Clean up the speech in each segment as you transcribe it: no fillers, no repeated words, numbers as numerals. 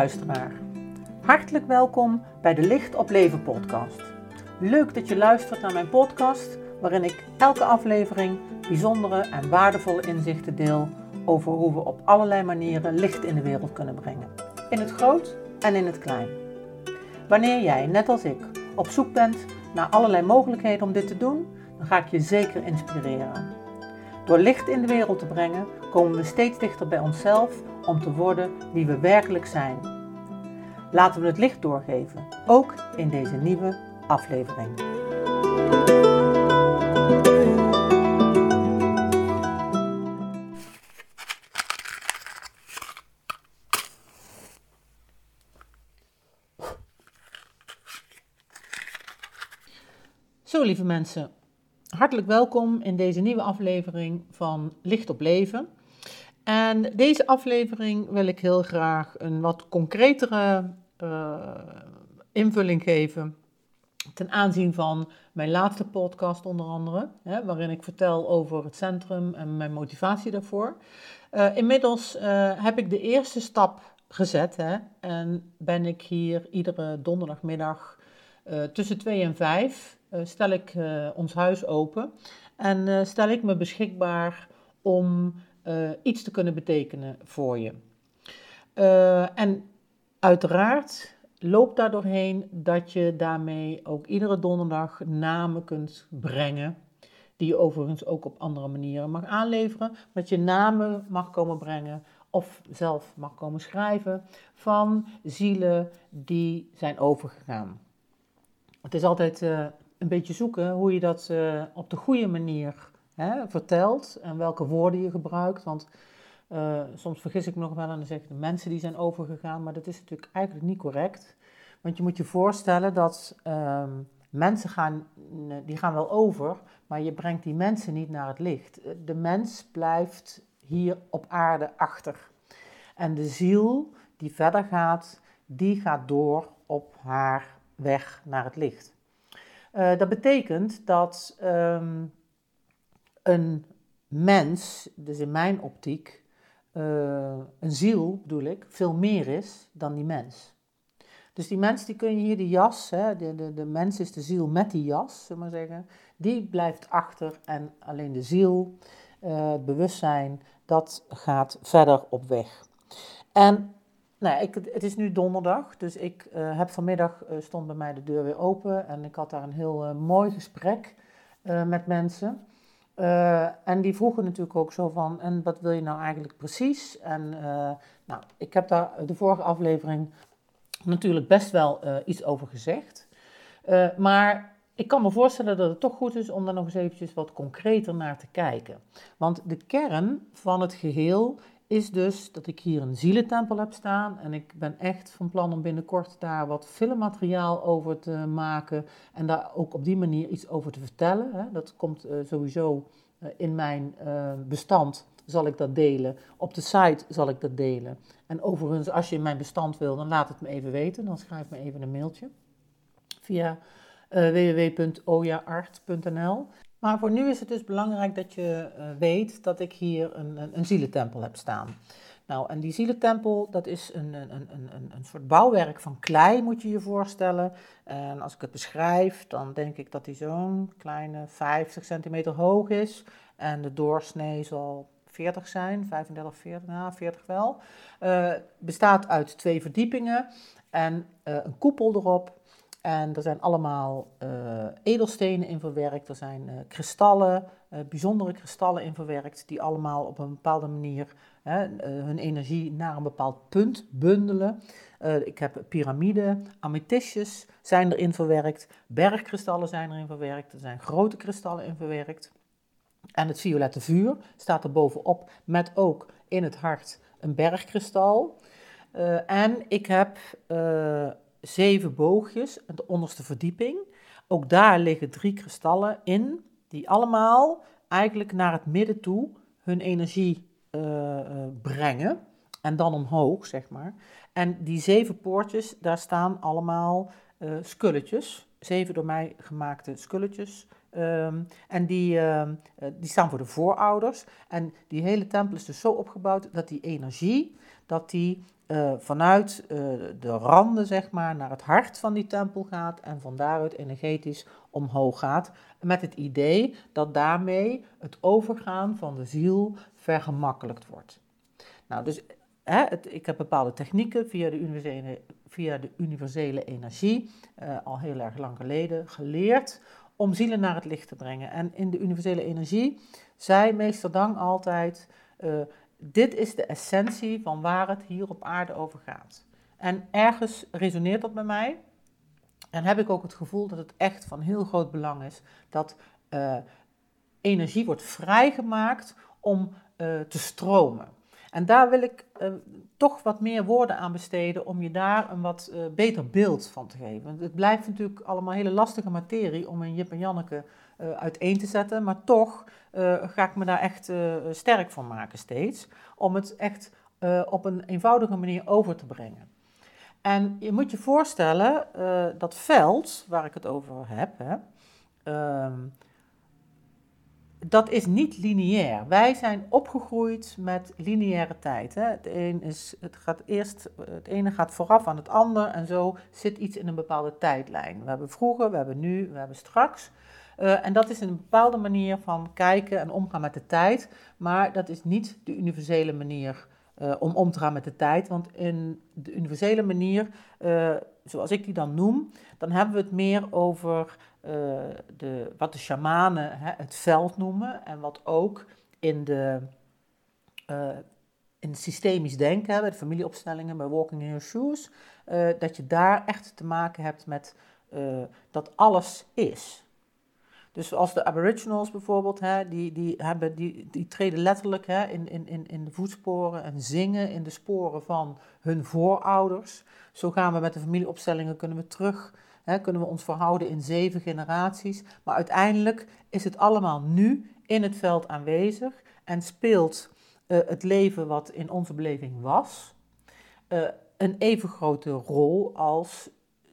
luisteraar. Hartelijk welkom bij de Licht op Leven podcast. Leuk dat je luistert naar mijn podcast, waarin ik elke aflevering bijzondere en waardevolle inzichten deel over hoe we op allerlei manieren licht in de wereld kunnen brengen. In het groot en in het klein. Wanneer jij, net als ik, op zoek bent naar allerlei mogelijkheden om dit te doen, dan ga ik je zeker inspireren. Door licht in de wereld te brengen, komen we steeds dichter bij onszelf om te worden wie we werkelijk zijn. Laten we het licht doorgeven, ook in deze nieuwe aflevering. Zo, lieve mensen, hartelijk welkom in deze nieuwe aflevering van Licht op Leven. En deze aflevering wil ik heel graag een wat concretere invulling geven ten aanzien van mijn laatste podcast onder andere, waarin ik vertel over het centrum en mijn motivatie daarvoor. Inmiddels heb ik de eerste stap gezet en ben ik hier iedere donderdagmiddag tussen 2 en 5 stel ik ons huis open en stel ik me beschikbaar om iets te kunnen betekenen voor je. En uiteraard loopt daar doorheen dat je daarmee ook iedere donderdag namen kunt brengen, die je overigens ook op andere manieren mag aanleveren, dat je namen mag komen brengen of zelf mag komen schrijven van zielen die zijn overgegaan. Het is altijd een beetje zoeken hoe je dat op de goede manier vertelt en welke woorden je gebruikt, want soms vergis ik nog wel en dan zeg ik de mensen die zijn overgegaan, maar dat is natuurlijk eigenlijk niet correct. Want je moet je voorstellen dat mensen gaan wel over, maar je brengt die mensen niet naar het licht. De mens blijft hier op aarde achter. En de ziel die verder gaat, die gaat door op haar weg naar het licht. Dat betekent dat een mens, dus in mijn optiek, een ziel bedoel ik, veel meer is dan die mens. Dus die mens, die kun je hier, die jas, de mens is de ziel met die jas, zullen we maar zeggen, die blijft achter en alleen de ziel, het bewustzijn, dat gaat verder op weg. En het is nu donderdag, dus ik heb vanmiddag, stond bij mij de deur weer open en ik had daar een heel mooi gesprek met mensen. En die vroegen natuurlijk ook zo van, en wat wil je nou eigenlijk precies? En ik heb daar de vorige aflevering natuurlijk best wel iets over gezegd. Maar ik kan me voorstellen dat het toch goed is om daar nog eens eventjes wat concreter naar te kijken. Want de kern van het geheel is dus dat ik hier een zielentempel heb staan en ik ben echt van plan om binnenkort daar wat filmmateriaal over te maken en daar ook op die manier iets over te vertellen. Dat komt sowieso in mijn bestand, zal ik dat delen. Op de site zal ik dat delen. En overigens, als je in mijn bestand wil, dan laat het me even weten, dan schrijf me even een mailtje via www.ojaart.nl. Maar voor nu is het dus belangrijk dat je weet dat ik hier een zielentempel heb staan. Nou, en die zielentempel, dat is een soort bouwwerk van klei, moet je je voorstellen. En als ik het beschrijf, dan denk ik dat die zo'n kleine 50 centimeter hoog is. En de doorsnee zal 40 zijn, 35, 40, 40 wel. Bestaat uit 2 verdiepingen en een koepel erop. En er zijn allemaal edelstenen in verwerkt, er zijn kristallen, bijzondere kristallen in verwerkt, die allemaal op een bepaalde manier hun energie naar een bepaald punt bundelen. Ik heb piramiden, amethystjes zijn erin verwerkt, bergkristallen zijn erin verwerkt, er zijn grote kristallen in verwerkt. En het violette vuur staat er bovenop met ook in het hart een bergkristal. En ik heb 7 boogjes aan de onderste verdieping. Ook daar liggen 3 kristallen in, die allemaal eigenlijk naar het midden toe hun energie brengen. En dan omhoog, zeg maar. En die 7 poortjes, daar staan allemaal skulletjes. 7 door mij gemaakte skulletjes. En die staan voor de voorouders. En die hele tempel is dus zo opgebouwd dat die energie, dat die vanuit de randen, zeg maar, naar het hart van die tempel gaat en van daaruit energetisch omhoog gaat. Met het idee dat daarmee het overgaan van de ziel vergemakkelijkt wordt. Nou, dus ik heb bepaalde technieken via de universele energie, al heel erg lang geleden, geleerd om zielen naar het licht te brengen. En in de universele energie zei meester Dang altijd, dit is de essentie van waar het hier op aarde over gaat. En ergens resoneert dat bij mij. En heb ik ook het gevoel dat het echt van heel groot belang is dat energie wordt vrijgemaakt om te stromen. En daar wil ik toch wat meer woorden aan besteden om je daar een wat beter beeld van te geven. Want het blijft natuurlijk allemaal hele lastige materie om in Jip en Janneke uiteen te zetten, maar toch ga ik me daar echt sterk van maken steeds, om het echt op een eenvoudige manier over te brengen. En je moet je voorstellen, dat veld waar ik het over heb, dat is niet lineair. Wij zijn opgegroeid met lineaire tijd. Hè. Het ene gaat vooraf aan het ander en zo zit iets in een bepaalde tijdlijn. We hebben vroeger, we hebben nu, we hebben straks. En dat is een bepaalde manier van kijken en omgaan met de tijd, maar dat is niet de universele manier om om te gaan met de tijd. Want in de universele manier, zoals ik die dan noem, dan hebben we het meer over wat de shamanen het veld noemen en wat ook in het systemisch denken, bij de familieopstellingen, bij Walking in Your Shoes, dat je daar echt te maken hebt met dat alles is. Dus zoals de Aboriginals bijvoorbeeld, die treden letterlijk in de voetsporen en zingen in de sporen van hun voorouders. Zo gaan we met de familieopstellingen, kunnen we terug, kunnen we ons verhouden in 7 generaties. Maar uiteindelijk is het allemaal nu in het veld aanwezig en speelt het leven wat in onze beleving was een even grote rol als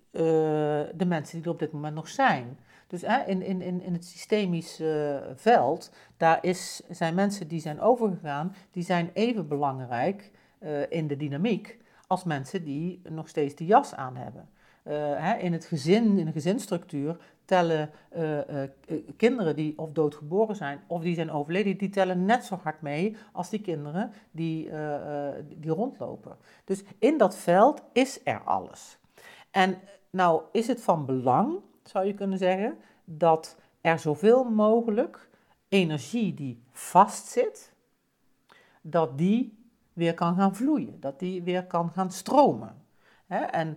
de mensen die er op dit moment nog zijn. Dus in het systemisch veld, zijn mensen die zijn overgegaan, die zijn even belangrijk in de dynamiek als mensen die nog steeds de jas aan hebben. In het gezin, in de gezinsstructuur, tellen kinderen die of doodgeboren zijn of die zijn overleden, die tellen net zo hard mee als die kinderen die rondlopen. Dus in dat veld is er alles. En nou is het van belang, zou je kunnen zeggen, dat er zoveel mogelijk energie die vastzit, dat die weer kan gaan vloeien, dat die weer kan gaan stromen. En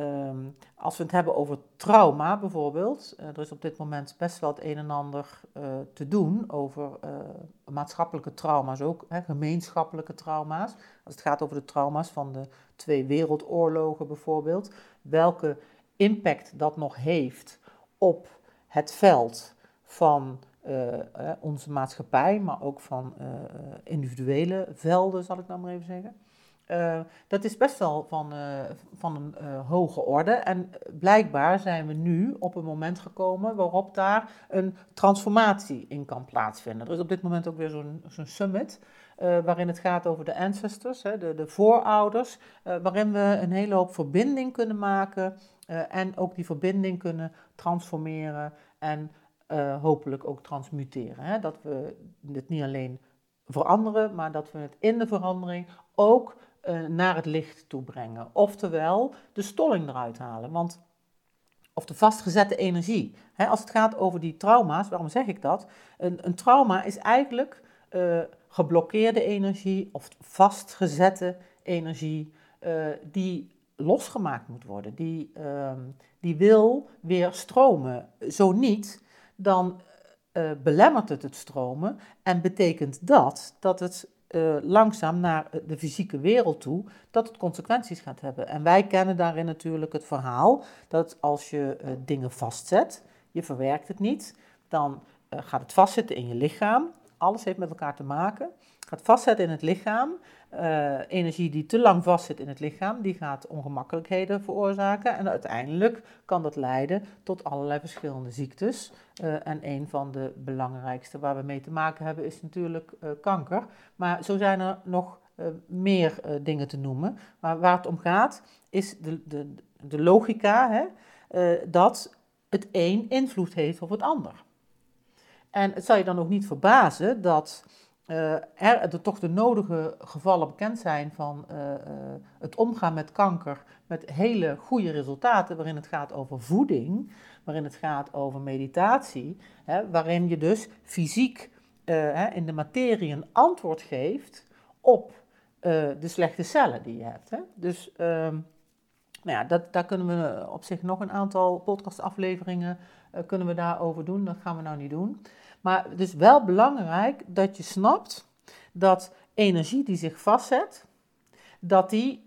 als we het hebben over trauma bijvoorbeeld, er is op dit moment best wel het een en ander te doen over maatschappelijke trauma's ook, gemeenschappelijke trauma's. Als het gaat over de trauma's van de 2 wereldoorlogen bijvoorbeeld, welke impact dat nog heeft op het veld van onze maatschappij, maar ook van individuele velden, zal ik nou maar even zeggen. Dat is best wel van een hoge orde en blijkbaar zijn we nu op een moment gekomen waarop daar een transformatie in kan plaatsvinden. Er is op dit moment ook weer zo'n summit waarin het gaat over de ancestors, de voorouders, waarin we een hele hoop verbinding kunnen maken en ook die verbinding kunnen transformeren en hopelijk ook transmuteren. Dat we het niet alleen veranderen, maar dat we het in de verandering ook naar het licht toe brengen. Oftewel, de stolling eruit halen. Of de vastgezette energie. Als het gaat over die trauma's, waarom zeg ik dat? Een trauma is eigenlijk geblokkeerde energie of vastgezette energie die losgemaakt moet worden. Die wil weer stromen. Zo niet, dan belemmert het stromen en betekent dat het langzaam naar de fysieke wereld toe, dat het consequenties gaat hebben. En wij kennen daarin natuurlijk het verhaal dat als je dingen vastzet, je verwerkt het niet, dan gaat het vastzitten in je lichaam. Alles heeft met elkaar te maken. Gaat vastzetten in het lichaam. Energie die te lang vastzit in het lichaam, die gaat ongemakkelijkheden veroorzaken. En uiteindelijk kan dat leiden tot allerlei verschillende ziektes. En een van de belangrijkste waar we mee te maken hebben is natuurlijk kanker. Maar zo zijn er nog meer dingen te noemen. Maar waar het om gaat is de logica, hè, dat het een invloed heeft op het ander. En het zal je dan ook niet verbazen dat er toch de nodige gevallen bekend zijn van het omgaan met kanker met hele goede resultaten, waarin het gaat over voeding, waarin het gaat over meditatie, waarin je dus fysiek in de materie een antwoord geeft op de slechte cellen die je hebt. Hè? Dus nou ja, daar kunnen we op zich nog een aantal podcastafleveringen kunnen we daarover doen. Dat gaan we nou niet doen. Maar het is wel belangrijk dat je snapt dat energie die zich vastzet, dat die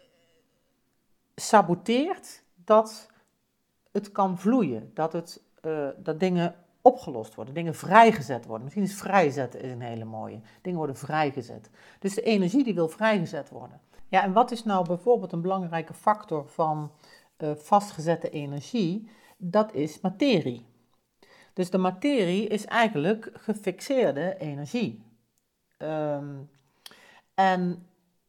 saboteert dat het kan vloeien. Dat dingen opgelost worden, dingen vrijgezet worden. Misschien is vrijzetten is een hele mooie. Dingen worden vrijgezet. Dus de energie die wil vrijgezet worden. Ja, en wat is nou bijvoorbeeld een belangrijke factor van vastgezette energie? Dat is materie. Dus de materie is eigenlijk gefixeerde energie. En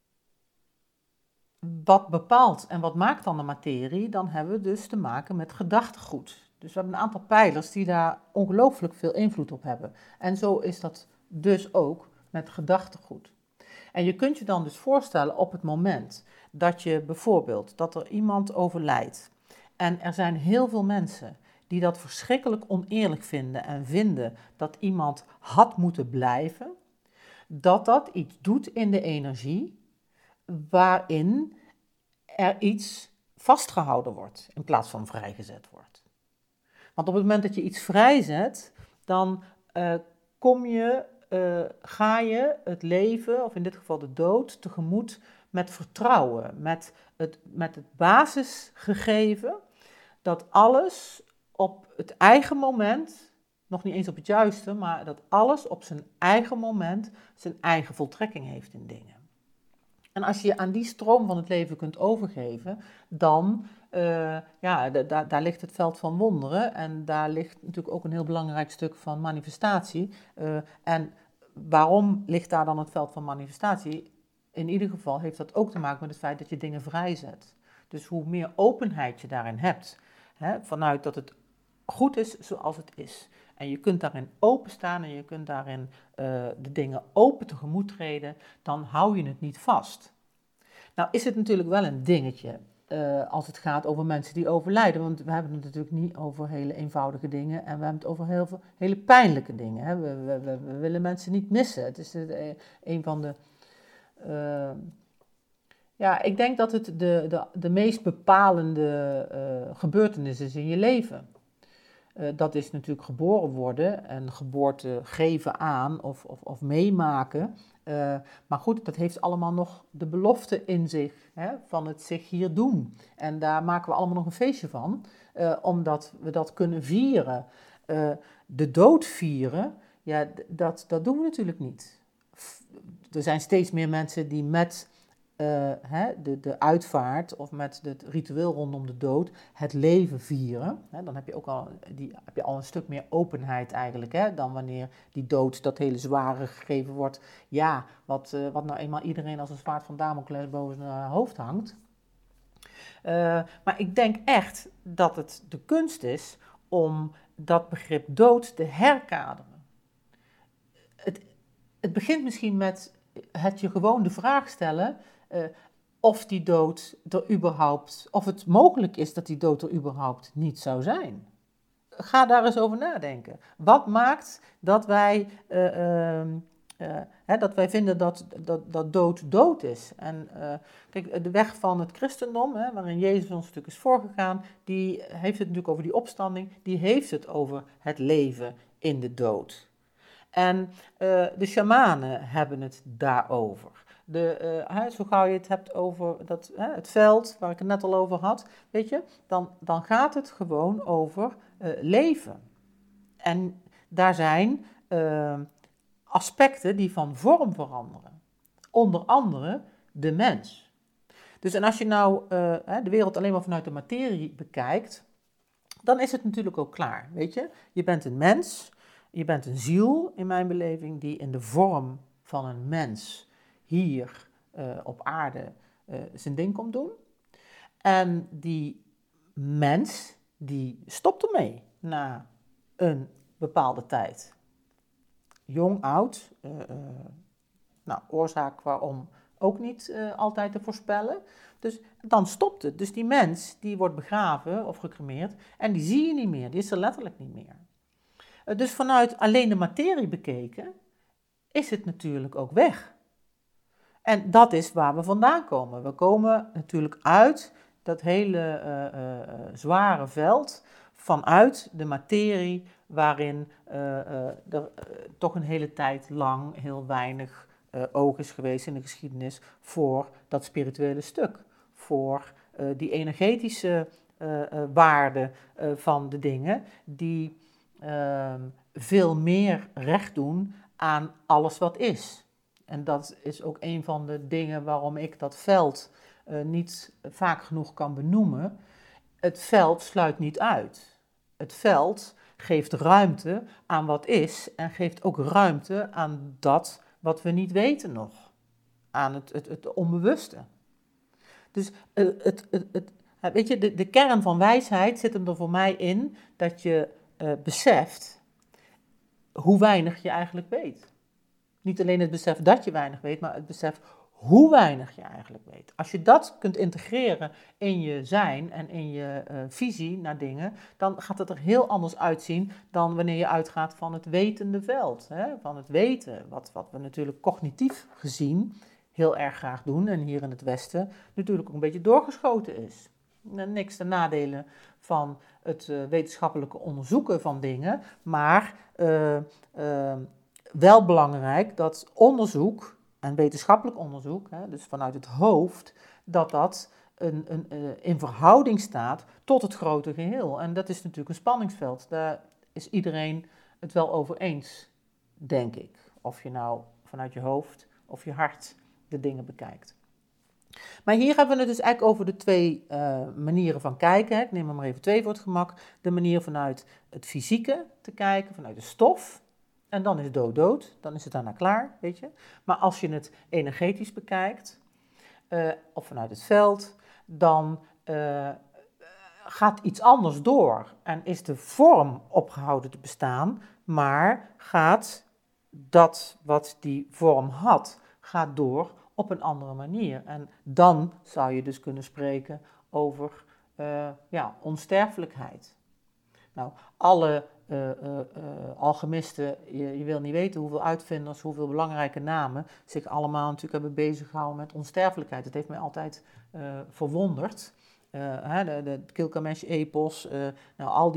wat bepaalt en wat maakt dan de materie? Dan hebben we dus te maken met gedachtegoed. Dus we hebben een aantal pijlers die daar ongelooflijk veel invloed op hebben. En zo is dat dus ook met gedachtegoed. En je kunt je dan dus voorstellen op het moment dat je bijvoorbeeld, dat er iemand overlijdt. En er zijn heel veel mensen die dat verschrikkelijk oneerlijk vinden en vinden dat iemand had moeten blijven. Dat iets doet in de energie waarin er iets vastgehouden wordt in plaats van vrijgezet wordt. Want op het moment dat je iets vrijzet, dan ga je het leven, of in dit geval de dood, tegemoet met vertrouwen, met het basisgegeven dat alles op het eigen moment, nog niet eens op het juiste, maar dat alles op zijn eigen moment zijn eigen voltrekking heeft in dingen. En als je je aan die stroom van het leven kunt overgeven, dan daar ligt het veld van wonderen en daar ligt natuurlijk ook een heel belangrijk stuk van manifestatie. En waarom ligt daar dan het veld van manifestatie? In ieder geval heeft dat ook te maken met het feit dat je dingen vrijzet. Dus hoe meer openheid je daarin hebt, vanuit dat het goed is zoals het is. En je kunt daarin openstaan en je kunt daarin de dingen open tegemoet treden, dan hou je het niet vast. Nou is het natuurlijk wel een dingetje als het gaat over mensen die overlijden, want we hebben het natuurlijk niet over hele eenvoudige dingen en we hebben het over heel veel hele pijnlijke dingen. Hè. We willen mensen niet missen. Het is een van de... ik denk dat het de meest bepalende gebeurtenis is in je leven. Dat is natuurlijk geboren worden en geboorte geven aan of meemaken. Maar goed, dat heeft allemaal nog de belofte in zich, van het zich hier doen. En daar maken we allemaal nog een feestje van, omdat we dat kunnen vieren. De dood vieren, ja, dat doen we natuurlijk niet. Er zijn steeds meer mensen die met de uitvaart of met het ritueel rondom de dood het leven vieren. Dan heb je al een stuk meer openheid eigenlijk, dan wanneer die dood, dat hele zware gegeven wordt. Ja, wat nou eenmaal iedereen als een zwaard van Damocles boven zijn hoofd hangt. Maar ik denk echt dat het de kunst is om dat begrip dood te herkaderen. Het begint misschien met het je gewoon de vraag stellen of die dood er überhaupt, of het mogelijk is dat die dood er überhaupt niet zou zijn. Ga daar eens over nadenken. Wat maakt dat wij vinden dat dood is? En kijk, de weg van het christendom, waarin Jezus ons natuurlijk is voorgegaan, die heeft het natuurlijk over die opstanding, die heeft het over het leven in de dood. En de shamanen hebben het daarover. Zo gauw je het hebt over het veld, waar ik het net al over had, weet je, dan gaat het gewoon over leven. En daar zijn aspecten die van vorm veranderen. Onder andere de mens. Dus en als je nou de wereld alleen maar vanuit de materie bekijkt, dan is het natuurlijk ook klaar, weet je. Je bent een mens, je bent een ziel in mijn beleving die in de vorm van een mens hier op aarde zijn ding komt doen. En die mens, die stopt ermee na een bepaalde tijd. Jong, oud, oorzaak waarom ook niet altijd te voorspellen. Dus dan stopt het. Dus die mens, die wordt begraven of gecremeerd en die zie je niet meer, die is er letterlijk niet meer. Dus vanuit alleen de materie bekeken, is het natuurlijk ook weg. En dat is waar we vandaan komen. We komen natuurlijk uit dat hele zware veld, vanuit de materie, waarin er toch een hele tijd lang heel weinig oog is geweest in de geschiedenis voor dat spirituele stuk. Voor die energetische waarde van de dingen, die veel meer recht doen aan alles wat is. En dat is ook een van de dingen waarom ik dat veld niet vaak genoeg kan benoemen. Het veld sluit niet uit. Het veld geeft ruimte aan wat is en geeft ook ruimte aan dat wat we niet weten nog. Aan het onbewuste. Dus weet je, de kern van wijsheid zit hem er voor mij in dat je beseft hoe weinig je eigenlijk weet. Niet alleen het besef dat je weinig weet, maar het besef hoe weinig je eigenlijk weet. Als je dat kunt integreren in je zijn en in je visie naar dingen, dan gaat het er heel anders uitzien dan wanneer je uitgaat van het wetende veld. Hè? Van het weten, wat we natuurlijk cognitief gezien heel erg graag doen en hier in het Westen natuurlijk ook een beetje doorgeschoten is. Niks ten nadele van het wetenschappelijke onderzoeken van dingen, maar wel belangrijk dat onderzoek en wetenschappelijk onderzoek, dus vanuit het hoofd, dat in verhouding staat tot het grote geheel. En dat is natuurlijk een spanningsveld. Daar is iedereen het wel over eens, denk ik. Of je nou vanuit je hoofd of je hart de dingen bekijkt. Maar hier hebben we het dus eigenlijk over de twee manieren van kijken. Ik neem er maar even twee voor het gemak. De manier vanuit het fysieke te kijken, vanuit de stof. En dan is dood, dan is het daarna klaar, weet je. Maar als je het energetisch bekijkt, of vanuit het veld, dan gaat iets anders door. En is de vorm opgehouden te bestaan, maar gaat dat wat die vorm had, gaat door op een andere manier. En dan zou je dus kunnen spreken over onsterfelijkheid. Nou, alle alchemisten, je wil niet weten hoeveel uitvinders, hoeveel belangrijke namen zich allemaal natuurlijk hebben bezig gehouden met onsterfelijkheid. Dat heeft mij altijd verwonderd. De Gilgamesh-epos, al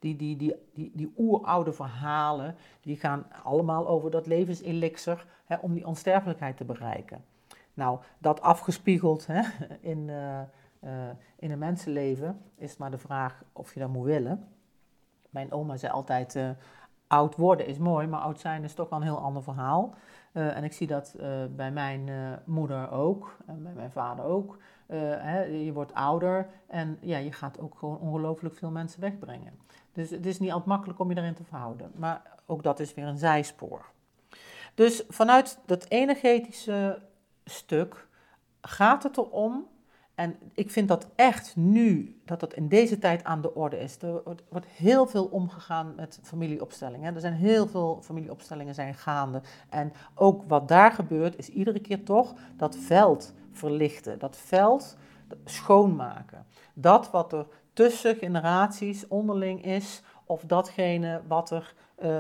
die oeroude verhalen, die gaan allemaal over dat levenselixer om die onsterfelijkheid te bereiken. Nou, dat afgespiegeld in een mensenleven is maar de vraag of je dat moet willen. Mijn oma zei altijd, oud worden is mooi, maar oud zijn is toch wel een heel ander verhaal. En ik zie dat bij mijn moeder ook, en bij mijn vader ook. Je wordt ouder en ja, je gaat ook gewoon ongelooflijk veel mensen wegbrengen. Dus het is niet altijd makkelijk om je daarin te verhouden. Maar ook dat is weer een zijspoor. Dus vanuit dat energetische stuk gaat het erom. En ik vind dat echt nu, dat in deze tijd aan de orde is. Er wordt heel veel omgegaan met familieopstellingen. Er zijn heel veel familieopstellingen zijn gaande. En ook wat daar gebeurt, is iedere keer toch dat veld verlichten. Dat veld schoonmaken. Dat wat er tussen generaties onderling is, of datgene wat er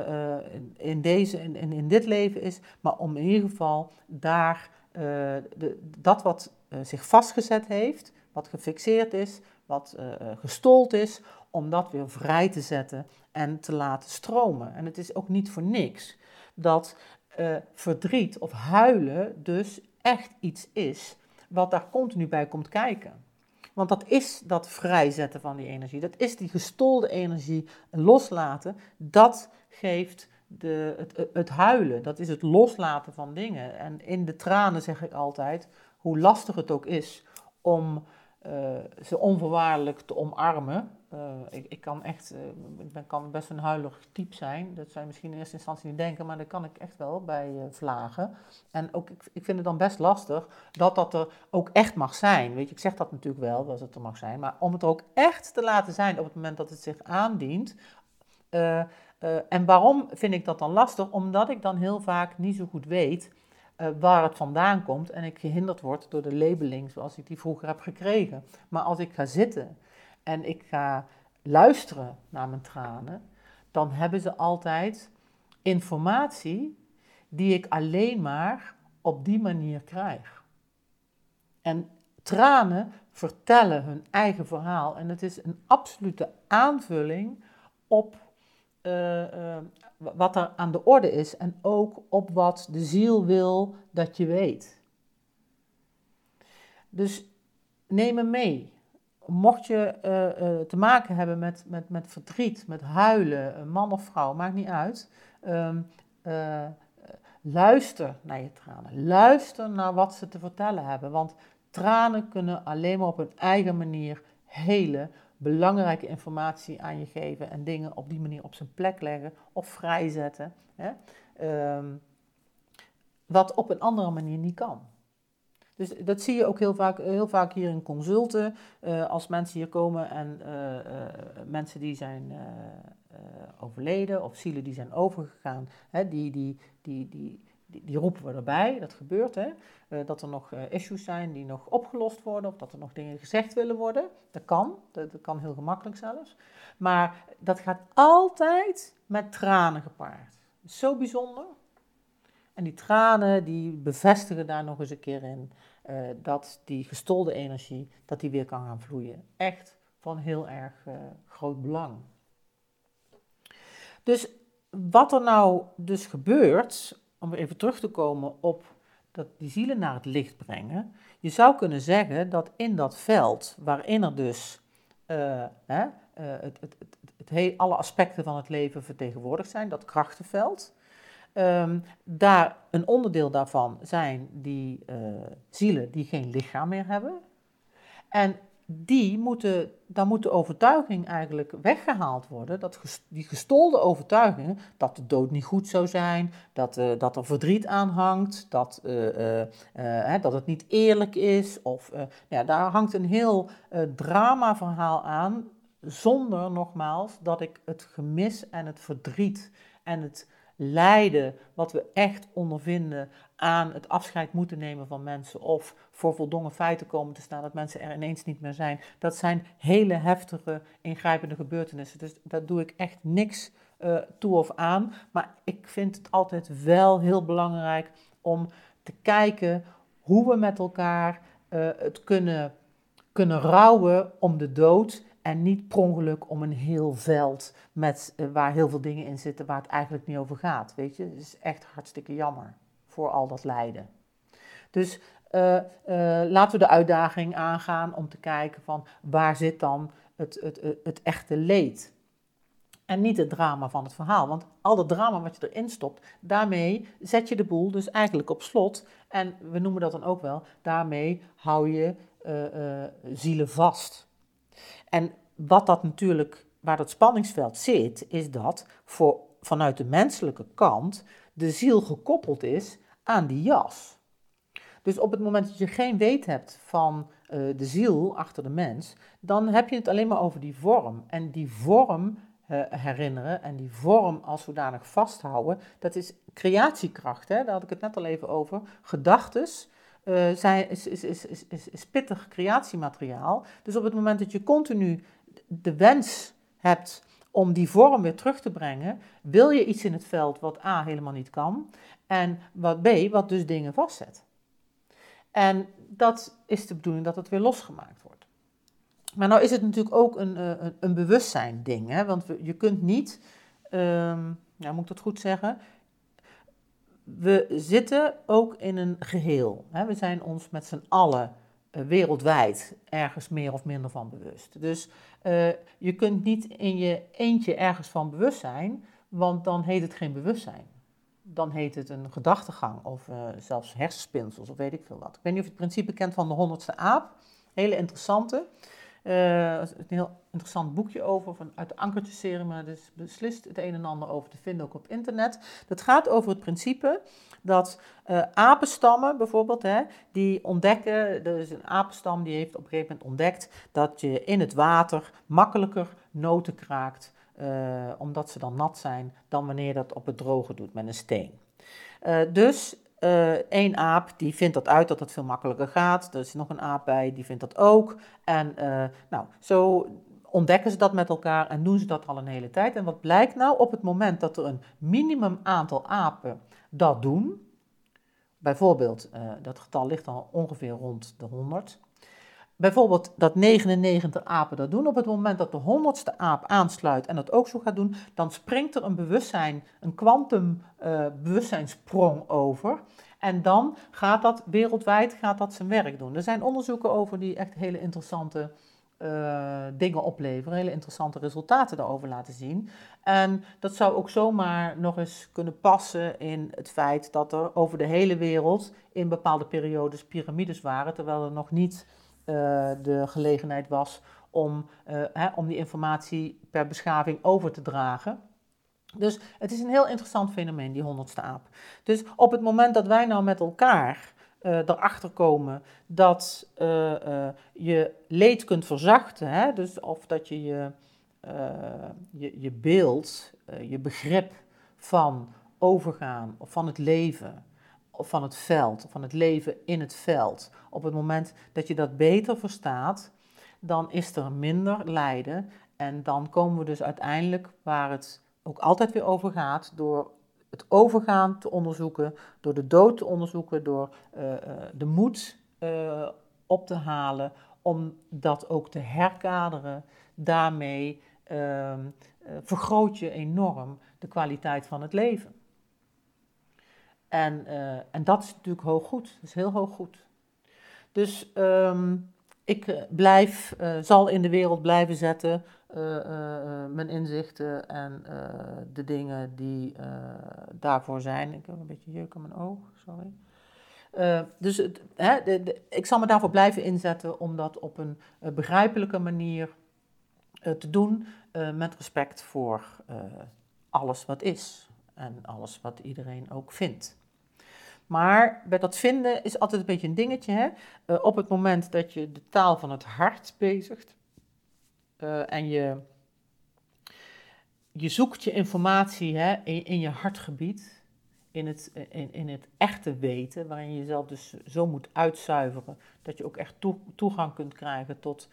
in dit leven is. Maar om in ieder geval daar dat wat zich vastgezet heeft, wat gefixeerd is, wat gestold is, om dat weer vrij te zetten en te laten stromen. En het is ook niet voor niks dat verdriet of huilen dus echt iets is wat daar continu bij komt kijken. Want dat is dat vrijzetten van die energie, dat is die gestolde energie loslaten, dat geeft het huilen, dat is het loslaten van dingen. En in de tranen zeg ik altijd, hoe lastig het ook is om ze onvoorwaardelijk te omarmen, Ik kan echt, kan best een huilig type zijn. Dat zou je misschien in eerste instantie niet denken, maar daar kan ik echt wel bij vlagen. En ook, ik vind het dan best lastig dat er ook echt mag zijn. Weet je, ik zeg dat natuurlijk wel, dat het er mag zijn. Maar om het er ook echt te laten zijn op het moment dat het zich aandient. En waarom vind ik dat dan lastig? Omdat ik dan heel vaak niet zo goed weet waar het vandaan komt en ik gehinderd word door de labeling zoals ik die vroeger heb gekregen. Maar als ik ga zitten en ik ga luisteren naar mijn tranen, dan hebben ze altijd informatie die ik alleen maar op die manier krijg. En tranen vertellen hun eigen verhaal en het is een absolute aanvulling op wat er aan de orde is en ook op wat de ziel wil dat je weet. Dus neem me mee. Mocht je te maken hebben met verdriet, met huilen, een man of vrouw, maakt niet uit. Luister naar je tranen. Luister naar wat ze te vertellen hebben. Want tranen kunnen alleen maar op hun eigen manier hele belangrijke informatie aan je geven en dingen op die manier op zijn plek leggen of vrijzetten. Hè? Wat op een andere manier niet kan. Dus dat zie je ook heel vaak hier in consulten, als mensen hier komen en mensen die zijn overleden of zielen die zijn overgegaan, hè, die roepen we erbij, dat gebeurt, hè, dat er nog issues zijn die nog opgelost worden of dat er nog dingen gezegd willen worden. Dat kan heel gemakkelijk zelfs, maar dat gaat altijd met tranen gepaard. Zo bijzonder. En die tranen die bevestigen daar nog eens een keer in dat die gestolde energie, dat die weer kan gaan vloeien. Echt van heel erg groot belang. Dus wat er nou dus gebeurt, om weer even terug te komen op dat die zielen naar het licht brengen. Je zou kunnen zeggen dat in dat veld waarin er dus alle aspecten van het leven vertegenwoordigd zijn, dat krachtenveld. Daar een onderdeel daarvan zijn die zielen die geen lichaam meer hebben. En daar moet de overtuiging eigenlijk weggehaald worden, die gestolde overtuigingen, dat de dood niet goed zou zijn, dat er verdriet aan hangt, dat het niet eerlijk is. Daar hangt een heel dramaverhaal aan, zonder nogmaals dat ik het gemis en het verdriet en het lijden, wat we echt ondervinden aan het afscheid moeten nemen van mensen of voor voldongen feiten komen te staan dat mensen er ineens niet meer zijn. Dat zijn hele heftige, ingrijpende gebeurtenissen. Dus daar doe ik echt niks toe of aan. Maar ik vind het altijd wel heel belangrijk om te kijken hoe we met elkaar het kunnen rouwen om de dood. En niet per ongeluk om een heel veld waar heel veel dingen in zitten waar het eigenlijk niet over gaat. Weet je, het is echt hartstikke jammer voor al dat lijden. Dus laten we de uitdaging aangaan om te kijken van waar zit dan het echte leed. En niet het drama van het verhaal. Want al dat drama wat je erin stopt, daarmee zet je de boel dus eigenlijk op slot. En we noemen dat dan ook wel, daarmee hou je zielen vast. En waar dat spanningsveld zit, is dat vanuit de menselijke kant de ziel gekoppeld is aan die jas. Dus op het moment dat je geen weet hebt van de ziel achter de mens, dan heb je het alleen maar over die vorm. En die vorm herinneren en die vorm als zodanig vasthouden, dat is creatiekracht, hè? Daar had ik het net al even over. Gedachtes is pittig creatiemateriaal. Dus op het moment dat je continu de wens hebt om die vorm weer terug te brengen, wil je iets in het veld wat A helemaal niet kan en wat B wat dus dingen vastzet. En dat is de bedoeling dat het weer losgemaakt wordt. Maar nou is het natuurlijk ook een bewustzijn ding, hè? Want je kunt niet, moet ik dat goed zeggen, we zitten ook in een geheel. Hè? We zijn ons met z'n allen wereldwijd ergens meer of minder van bewust. Dus je kunt niet in je eentje ergens van bewust zijn, want dan heet het geen bewustzijn. Dan heet het een gedachtegang of zelfs hersenspinsels of weet ik veel wat. Ik weet niet of je het principe kent van de 100ste aap. Hele interessante. Er is een heel interessant boekje over uit de Ankertjes-serie, maar er is beslist het een en ander over te vinden ook op internet. Dat gaat over het principe dat apenstammen bijvoorbeeld, die ontdekken, er is een apenstam die heeft op een gegeven moment ontdekt dat je in het water makkelijker noten kraakt, omdat ze dan nat zijn, dan wanneer je dat op het droge doet met een steen. Dus één aap die vindt dat uit dat het veel makkelijker gaat. Er is nog een aap bij die vindt dat ook. En zo ontdekken ze dat met elkaar en doen ze dat al een hele tijd. En wat blijkt nou? Op het moment dat er een minimum aantal apen dat doen, bijvoorbeeld dat getal ligt dan ongeveer rond de 100. Bijvoorbeeld dat 99 apen dat doen. Op het moment dat de 100ste aap aansluit en dat ook zo gaat doen, dan springt er een kwantum bewustzijnssprong over. En dan gaat dat wereldwijd zijn werk doen. Er zijn onderzoeken over die echt hele interessante dingen opleveren, hele interessante resultaten daarover laten zien. En dat zou ook zomaar nog eens kunnen passen in het feit dat er over de hele wereld in bepaalde periodes piramides waren, terwijl er nog niet de gelegenheid was om die informatie per beschaving over te dragen. Dus het is een heel interessant fenomeen, die 100ste aap. Dus op het moment dat wij nou met elkaar erachter komen dat je leed kunt verzachten, dus of dat je je beeld, je begrip van overgaan of van het leven of van het veld, of van het leven in het veld, op het moment dat je dat beter verstaat, dan is er minder lijden en dan komen we dus uiteindelijk waar het ook altijd weer over gaat, door het overgaan te onderzoeken, door de dood te onderzoeken, door de moed op te halen, om dat ook te herkaderen. Daarmee vergroot je enorm de kwaliteit van het leven. En dat is natuurlijk hooggoed, dat is heel hooggoed. Dus ik zal in de wereld blijven zetten mijn inzichten en de dingen die daarvoor zijn. Ik heb een beetje jeuk aan mijn oog, sorry. Dus ik zal me daarvoor blijven inzetten om dat op een begrijpelijke manier te doen, met respect voor alles wat is en alles wat iedereen ook vindt. Maar bij dat vinden is altijd een beetje een dingetje. Op het moment dat je de taal van het hart bezigt en je zoekt je informatie in je hartgebied, in het echte weten, waarin je jezelf dus zo moet uitzuiveren, dat je ook echt toegang kunt krijgen tot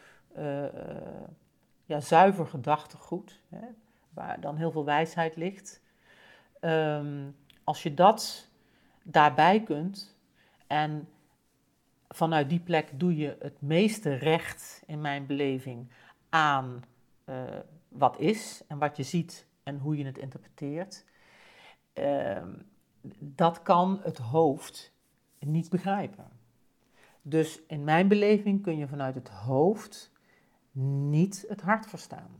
zuiver gedachtegoed, waar dan heel veel wijsheid ligt. Als je dat daarbij kunt en vanuit die plek doe je het meeste recht in mijn beleving aan wat is en wat je ziet en hoe je het interpreteert. Dat kan het hoofd niet begrijpen. Dus in mijn beleving kun je vanuit het hoofd niet het hart verstaan.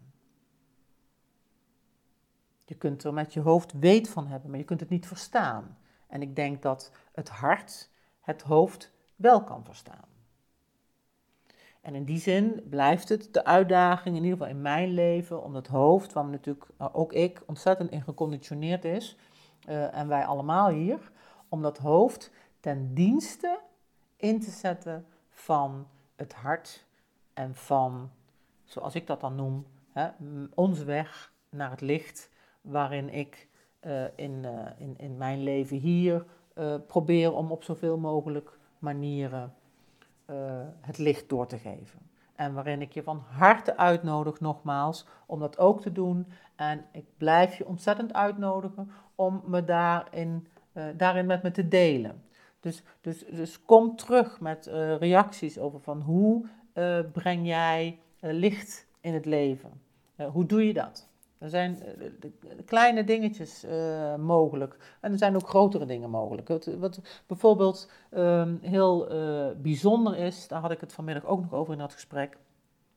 Je kunt er met je hoofd weet van hebben, maar je kunt het niet verstaan. En ik denk dat het hart het hoofd wel kan verstaan. En in die zin blijft het de uitdaging, in ieder geval in mijn leven, om het hoofd, waar natuurlijk ook ik ontzettend in geconditioneerd is, en wij allemaal hier, om dat hoofd ten dienste in te zetten van het hart en van, zoals ik dat dan noem, onze weg naar het licht, waarin ik in mijn leven hier probeer om op zoveel mogelijk manieren het licht door te geven. En waarin ik je van harte uitnodig, nogmaals, om dat ook te doen. En ik blijf je ontzettend uitnodigen om me daarin met me te delen. Dus kom terug met reacties over van hoe breng jij licht in het leven? Hoe doe je dat? Er zijn kleine dingetjes mogelijk en er zijn ook grotere dingen mogelijk. Wat bijvoorbeeld heel bijzonder is, daar had ik het vanmiddag ook nog over in dat gesprek.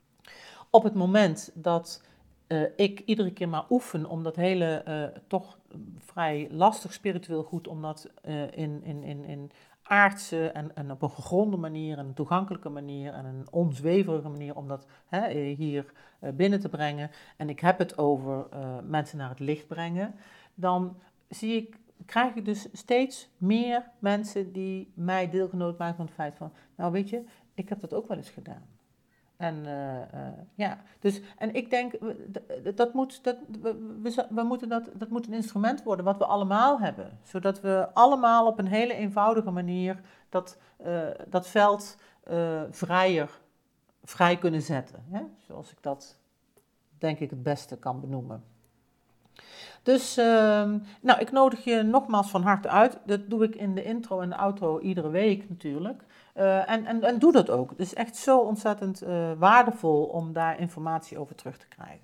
Op het moment dat ik iedere keer maar oefen om dat hele toch vrij lastig spiritueel goed om dat in aardse en op een gegronde manier, een toegankelijke manier en een onzweverige manier om dat hier binnen te brengen. En ik heb het over mensen naar het licht brengen. Dan krijg ik dus steeds meer mensen die mij deelgenoot maken van het feit van, nou weet je, ik heb dat ook wel eens gedaan. En dus, en ik denk, dat moet een instrument worden wat we allemaal hebben. Zodat we allemaal op een hele eenvoudige manier dat veld vrij kunnen zetten. Hè? Zoals ik dat, denk ik, het beste kan benoemen. Dus, ik nodig je nogmaals van harte uit. Dat doe ik in de intro en de outro iedere week natuurlijk. En doe dat ook. Het is echt zo ontzettend waardevol om daar informatie over terug te krijgen.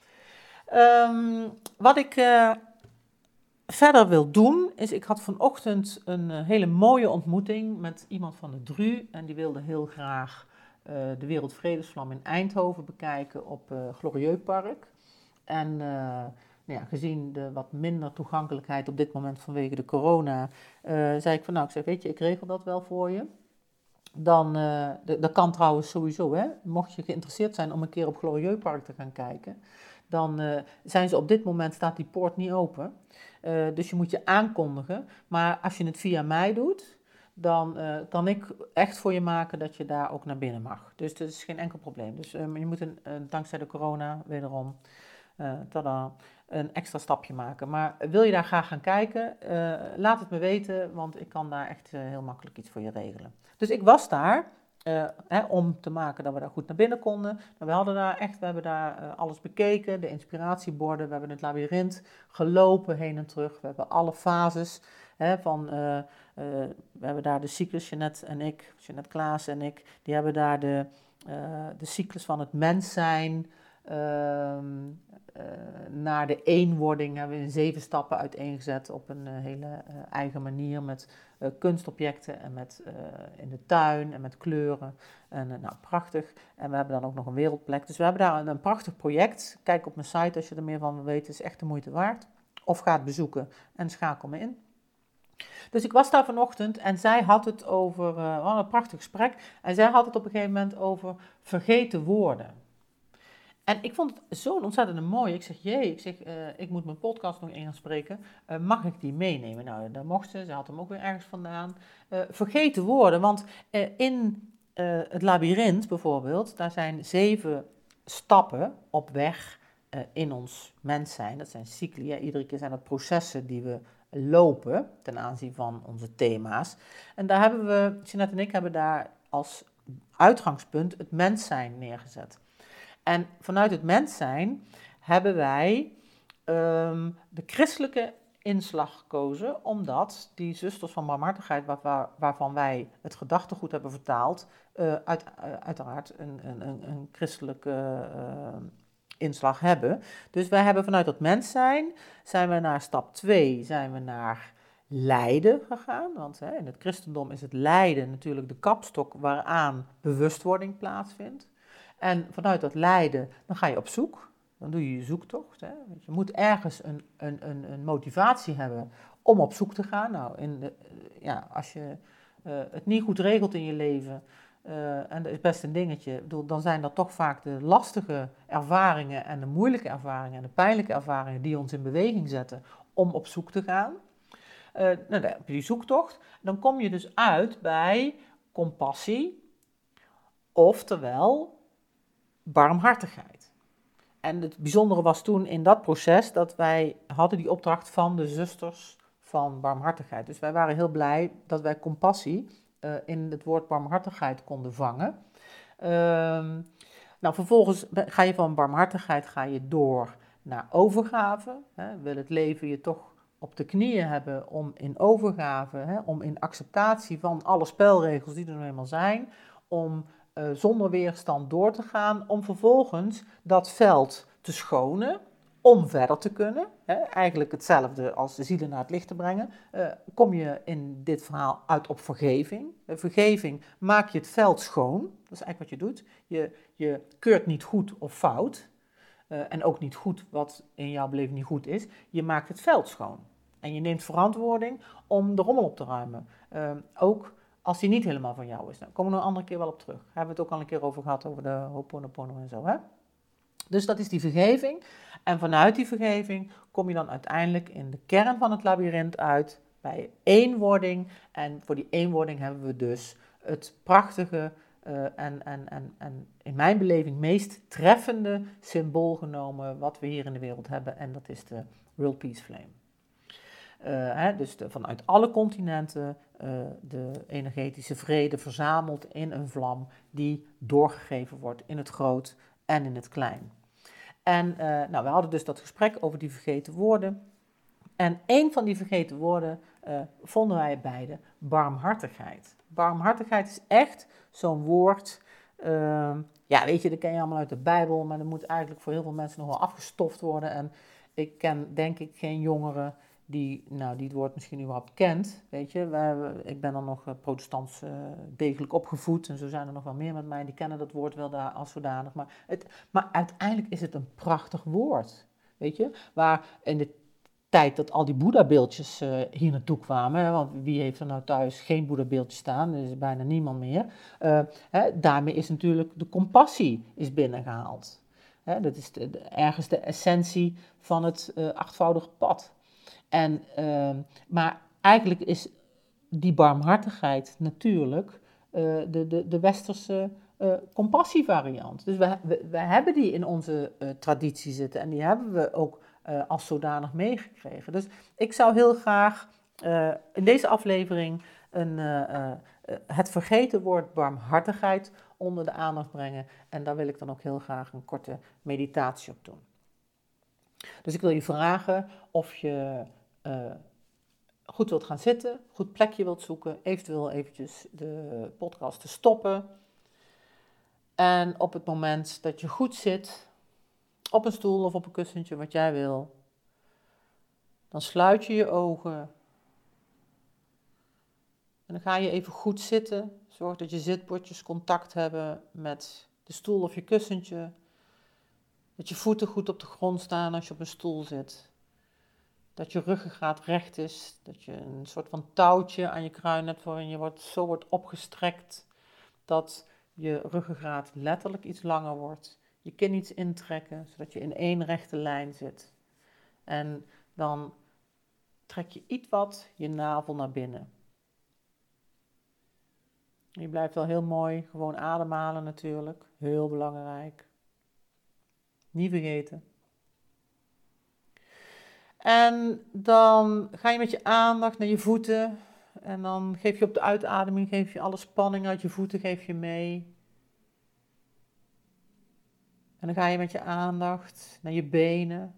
Wat ik verder wil doen, is ik had vanochtend een hele mooie ontmoeting met iemand van de DRU. En die wilde heel graag de Wereldvredesvlam in Eindhoven bekijken op Glorieupark. En gezien de wat minder toegankelijkheid op dit moment vanwege de corona, zei ik van weet je, ik regel dat wel voor je. Dan, dat kan trouwens sowieso, hè. Mocht je geïnteresseerd zijn om een keer op Glorieupark te gaan kijken, dan staat die poort niet open. Dus je moet je aankondigen. Maar als je het via mij doet, dan kan ik echt voor je maken dat je daar ook naar binnen mag. Dus dat is geen enkel probleem. Dus je moet dankzij de corona wederom een extra stapje maken. Maar wil je daar graag gaan kijken, laat het me weten, want ik kan daar echt heel makkelijk iets voor je regelen. Dus ik was daar om te maken dat we daar goed naar binnen konden. We hebben daar alles bekeken, de inspiratieborden, we hebben het labyrint gelopen heen en terug. We hebben alle fases we hebben daar de cyclus, Jeanette Klaas en ik, die hebben daar de cyclus van het mens zijn. Naar de eenwording hebben we in 7 stappen uiteengezet op een hele eigen manier met kunstobjecten en in de tuin en met kleuren. En prachtig. En we hebben dan ook nog een wereldplek. Dus we hebben daar een prachtig project. Kijk op mijn site als je er meer van wil weten. Het is echt de moeite waard. Of ga het bezoeken en schakel me in. Dus ik was daar vanochtend en zij had het over, een prachtig gesprek. En zij had het op een gegeven moment over vergeten woorden. En ik vond het zo'n ontzettend mooi. Ik zeg, ik moet mijn podcast nog in spreken. Mag ik die meenemen? Nou, dat mocht ze. Ze had hem ook weer ergens vandaan. Vergeten woorden, want in het labyrint bijvoorbeeld, daar zijn 7 stappen op weg in ons mens zijn. Dat zijn cycli. Iedere keer zijn dat processen die we lopen ten aanzien van onze thema's. En daar hebben Jeanette en ik hebben daar als uitgangspunt het mens zijn neergezet. En vanuit het mens zijn hebben wij de christelijke inslag gekozen, omdat die zusters van barmhartigheid, waarvan wij het gedachtegoed hebben vertaald, uiteraard een christelijke inslag hebben. Dus wij hebben vanuit dat mens zijn we naar stap 2, zijn we naar lijden gegaan. Want in het christendom is het lijden natuurlijk de kapstok waaraan bewustwording plaatsvindt. En vanuit dat lijden, dan ga je op zoek. Dan doe je zoektocht. Hè. Je moet ergens een motivatie hebben om op zoek te gaan. Nou, als je het niet goed regelt in je leven, en dat is best een dingetje, dan zijn dat toch vaak de lastige ervaringen en de moeilijke ervaringen en de pijnlijke ervaringen die ons in beweging zetten om op zoek te gaan. Dan heb je die zoektocht. Dan kom je dus uit bij compassie, oftewel barmhartigheid. En het bijzondere was toen in dat proces dat wij hadden die opdracht van de zusters van barmhartigheid. Dus wij waren heel blij dat wij compassie in het woord barmhartigheid konden vangen. Vervolgens ga je van barmhartigheid door naar overgave. Wil het leven je toch op de knieën hebben om in overgave, om in acceptatie van alle spelregels die er nu eenmaal zijn, om zonder weerstand door te gaan, om vervolgens dat veld te schonen, om verder te kunnen. Eigenlijk hetzelfde als de zielen naar het licht te brengen. Kom je in dit verhaal uit op vergeving. Vergeving maak je het veld schoon, dat is eigenlijk wat je doet. Je keurt niet goed of fout. en ook niet goed wat in jouw beleving niet goed is. Je maakt het veld schoon. En je neemt verantwoording om de rommel op te ruimen. Ook als die niet helemaal van jou is. Daar komen we een andere keer wel op terug. Daar hebben we het ook al een keer over gehad, over de Ho'oponopono en zo. Hè? Dus dat is die vergeving. En vanuit die vergeving kom je dan uiteindelijk in de kern van het labyrint uit bij eenwording. En voor die eenwording hebben we dus het prachtige en in mijn beleving meest treffende symbool genomen wat we hier in de wereld hebben. En dat is de World Peace Flame. Dus vanuit alle continenten de energetische vrede verzameld in een vlam die doorgegeven wordt in het groot en in het klein. En we hadden dus dat gesprek over die vergeten woorden. En een van die vergeten woorden vonden wij beide barmhartigheid. Barmhartigheid is echt zo'n woord, weet je, dat ken je allemaal uit de Bijbel, maar dat moet eigenlijk voor heel veel mensen nog wel afgestoft worden. En ik ken denk ik geen jongeren die het woord misschien überhaupt kent, weet je. Ik ben dan nog protestants degelijk opgevoed en zo zijn er nog wel meer met mij, die kennen dat woord wel daar als zodanig. Maar uiteindelijk is het een prachtig woord, weet je. Waar in de tijd dat al die Boeddha-beeldjes hier naartoe kwamen, hè, want wie heeft er nou thuis geen Boeddha-beeldje staan, er is bijna niemand meer. Daarmee is natuurlijk de compassie is binnengehaald. Dat is ergens de essentie van het achtvoudige pad. Maar eigenlijk is die barmhartigheid natuurlijk de westerse compassievariant. Dus we hebben die in onze traditie zitten en die hebben we ook als zodanig meegekregen. Dus ik zou heel graag in deze aflevering het vergeten woord barmhartigheid onder de aandacht brengen. En daar wil ik dan ook heel graag een korte meditatie op doen. Dus ik wil je vragen of je goed wilt gaan zitten, goed plekje wilt zoeken, eventueel eventjes de podcast te stoppen. En op het moment dat je goed zit, op een stoel of op een kussentje, wat jij wil, dan sluit je je ogen. En dan ga je even goed zitten. Zorg dat je zitbordjes contact hebben met de stoel of je kussentje. Dat je voeten goed op de grond staan als je op een stoel zit. Dat je ruggengraat recht is. Dat je een soort van touwtje aan je kruin hebt waarin je zo wordt opgestrekt. Dat je ruggengraat letterlijk iets langer wordt. Je kin iets intrekken, zodat je in één rechte lijn zit. En dan trek je iets wat je navel naar binnen. Je blijft wel heel mooi gewoon ademhalen natuurlijk. Heel belangrijk. Niet vergeten. En dan ga je met je aandacht naar je voeten. En dan geef je op de uitademing alle spanning uit je voeten geef je mee. En dan ga je met je aandacht naar je benen.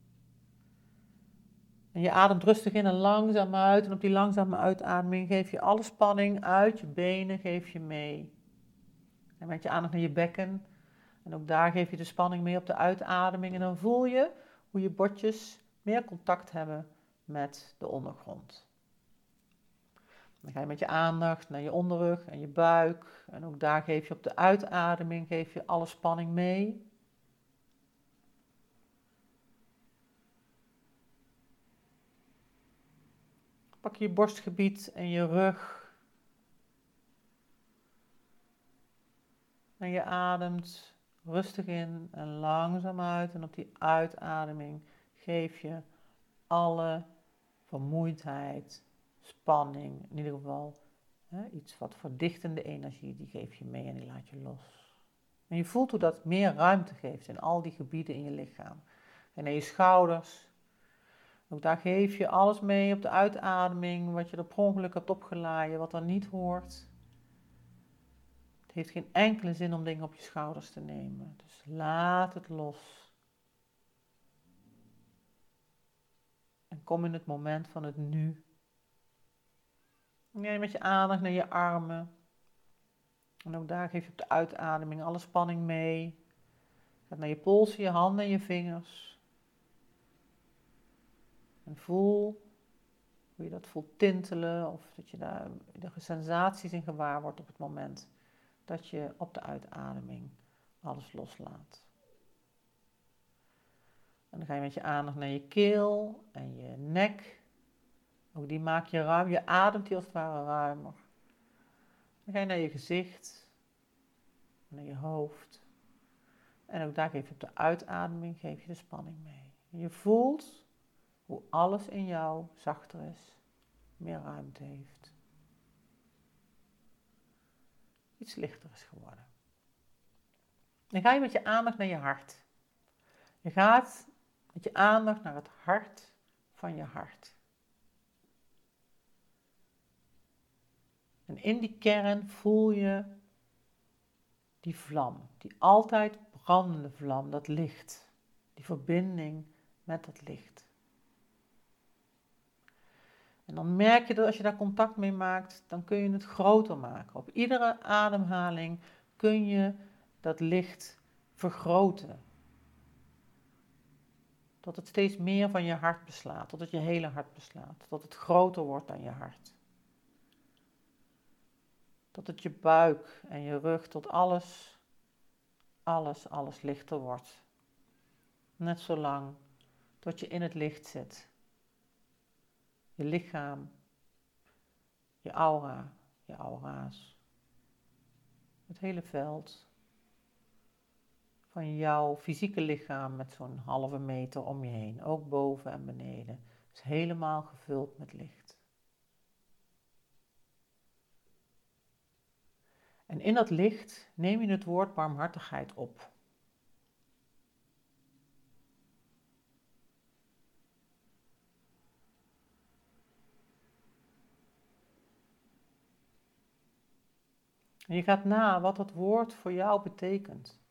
En je ademt rustig in en langzaam uit. En op die langzame uitademing geef je alle spanning uit je benen geef je mee. En met je aandacht naar je bekken. En ook daar geef je de spanning mee op de uitademing. En dan voel je hoe je botjes meer contact hebben met de ondergrond. Dan ga je met je aandacht naar je onderrug en je buik. En ook daar geef je op de uitademing geef je alle spanning mee. Pak je borstgebied en je rug. En je ademt rustig in en langzaam uit. En op die uitademing geef je alle vermoeidheid, spanning, in ieder geval iets wat verdichtende energie, die geef je mee en die laat je los. En je voelt hoe dat meer ruimte geeft in al die gebieden in je lichaam. En in je schouders. Ook daar geef je alles mee op de uitademing, wat je er per ongeluk hebt opgeladen, wat er niet hoort. Het heeft geen enkele zin om dingen op je schouders te nemen. Dus laat het los. En kom in het moment van het nu. En ga je met je aandacht naar je armen. En ook daar geef je op de uitademing alle spanning mee. Gaat naar je polsen, je handen en je vingers. En voel hoe je dat voelt tintelen. Of dat je daar de sensaties in gewaar wordt op het moment dat je op de uitademing alles loslaat. En dan ga je met je aandacht naar je keel en je nek. Ook die maak je ruim. Je ademt die als het ware ruimer. Dan ga je naar je gezicht, naar je hoofd. En ook daar geef je op de uitademing geef je de spanning mee. En je voelt hoe alles in jou zachter is, meer ruimte heeft. Iets lichter is geworden. Dan ga je met je aandacht naar je hart. Je gaat met je aandacht naar het hart van je hart. En in die kern voel je die vlam, die altijd brandende vlam, dat licht, die verbinding met dat licht. En dan merk je dat als je daar contact mee maakt, dan kun je het groter maken. Op iedere ademhaling kun je dat licht vergroten. Tot het steeds meer van je hart beslaat, tot het je hele hart beslaat, tot het groter wordt dan je hart. Tot het je buik en je rug, tot alles lichter wordt. Net zolang tot je in het licht zit. Je lichaam, je aura, je aura's. Het hele veld van jouw fysieke lichaam met zo'n halve meter om je heen. Ook boven en beneden. Is helemaal gevuld met licht. En in dat licht neem je het woord barmhartigheid op. En je gaat na wat dat woord voor jou betekent.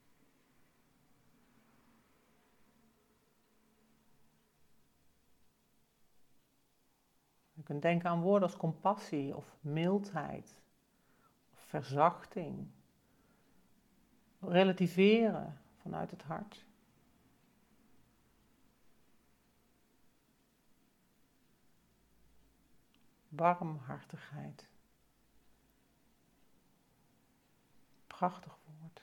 Je kunt denken aan woorden als compassie of mildheid, of verzachting, relativeren vanuit het hart. Barmhartigheid. Prachtig woord.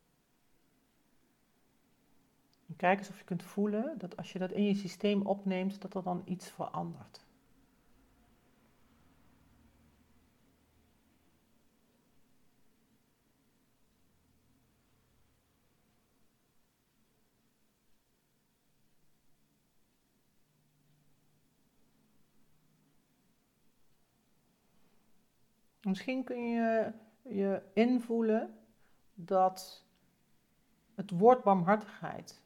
En kijk eens of je kunt voelen dat als je dat in je systeem opneemt, dat er dan iets verandert. Misschien kun je je invoelen dat het woord barmhartigheid,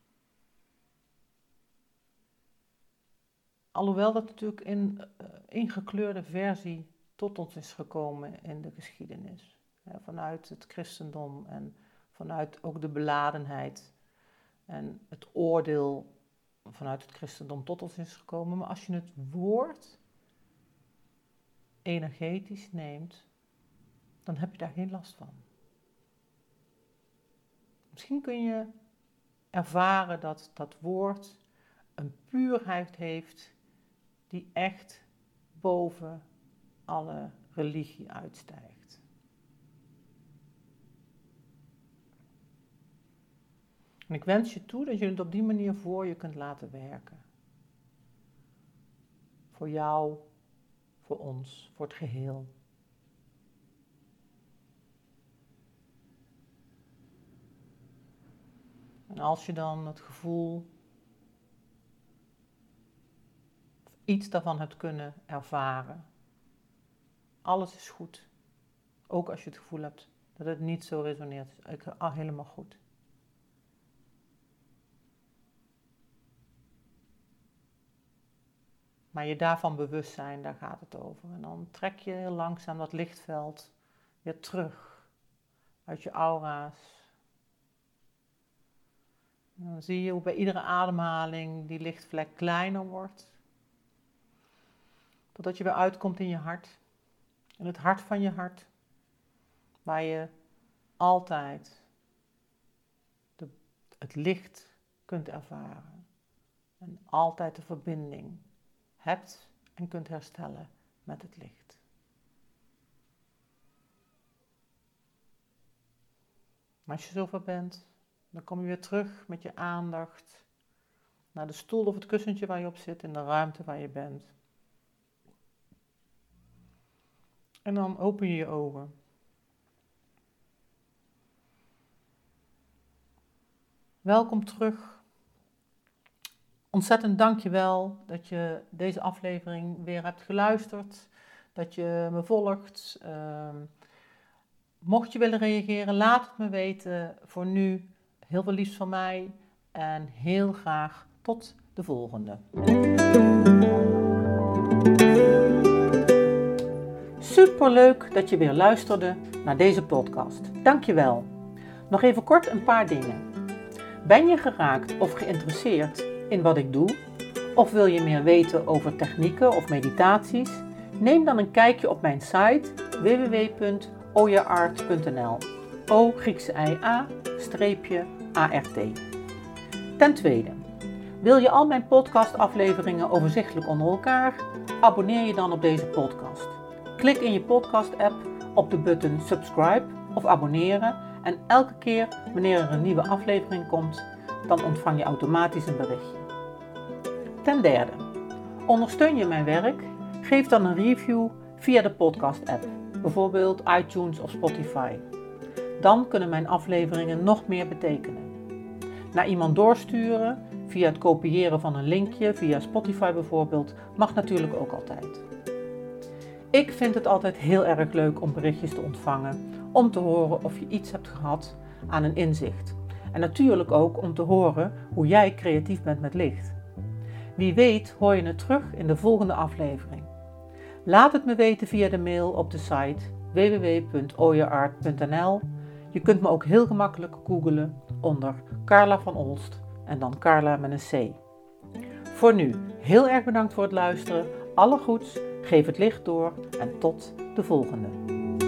alhoewel dat natuurlijk in ingekleurde versie tot ons is gekomen in de geschiedenis, vanuit het christendom en vanuit ook de beladenheid en het oordeel vanuit het christendom tot ons is gekomen, maar als je het woord energetisch neemt, dan heb je daar geen last van. Misschien kun je ervaren dat dat woord een puurheid heeft die echt boven alle religie uitstijgt. En ik wens je toe dat je het op die manier voor je kunt laten werken. Voor jou, voor ons, voor het geheel. En als je dan het gevoel of iets daarvan hebt kunnen ervaren, alles is goed. Ook als je het gevoel hebt dat het niet zo resoneert, is helemaal goed. Maar je daarvan bewust zijn, daar gaat het over. En dan trek je heel langzaam dat lichtveld weer terug uit je aura's. En dan zie je hoe bij iedere ademhaling die lichtvlek kleiner wordt. Totdat je weer uitkomt in je hart. In het hart van je hart. Waar je altijd het licht kunt ervaren. En altijd de verbinding hebt en kunt herstellen met het licht. Maar als je zover bent, dan kom je weer terug met je aandacht naar de stoel of het kussentje waar je op zit in de ruimte waar je bent. En dan open je je ogen. Welkom terug. Ontzettend dankjewel dat je deze aflevering weer hebt geluisterd. Dat je me volgt. Mocht je willen reageren, laat het me weten. Voor nu heel veel liefs van mij. En heel graag tot de volgende. Superleuk dat je weer luisterde naar deze podcast. Dankjewel. Nog even kort een paar dingen. Ben je geraakt of geïnteresseerd in wat ik doe? Of wil je meer weten over technieken of meditaties? Neem dan een kijkje op mijn site www.oyaart.nl. O Griekse I-A -ART. Ten tweede, wil je al mijn podcastafleveringen overzichtelijk onder elkaar? Abonneer je dan op deze podcast. Klik in je podcast-app op de button subscribe of abonneren en elke keer wanneer er een nieuwe aflevering komt, dan ontvang je automatisch een berichtje. Ten derde, ondersteun je mijn werk? Geef dan een review via de podcast-app, bijvoorbeeld iTunes of Spotify. Dan kunnen mijn afleveringen nog meer betekenen. Naar iemand doorsturen, via het kopiëren van een linkje, via Spotify bijvoorbeeld, mag natuurlijk ook altijd. Ik vind het altijd heel erg leuk om berichtjes te ontvangen, om te horen of je iets hebt gehad aan een inzicht. En natuurlijk ook om te horen hoe jij creatief bent met licht. Wie weet hoor je het terug in de volgende aflevering. Laat het me weten via de mail op de site www.oyaart.nl. Je kunt me ook heel gemakkelijk googlen onder Carla van Olst en dan Carla met een C. Voor nu, heel erg bedankt voor het luisteren. Alle goeds, geef het licht door en tot de volgende.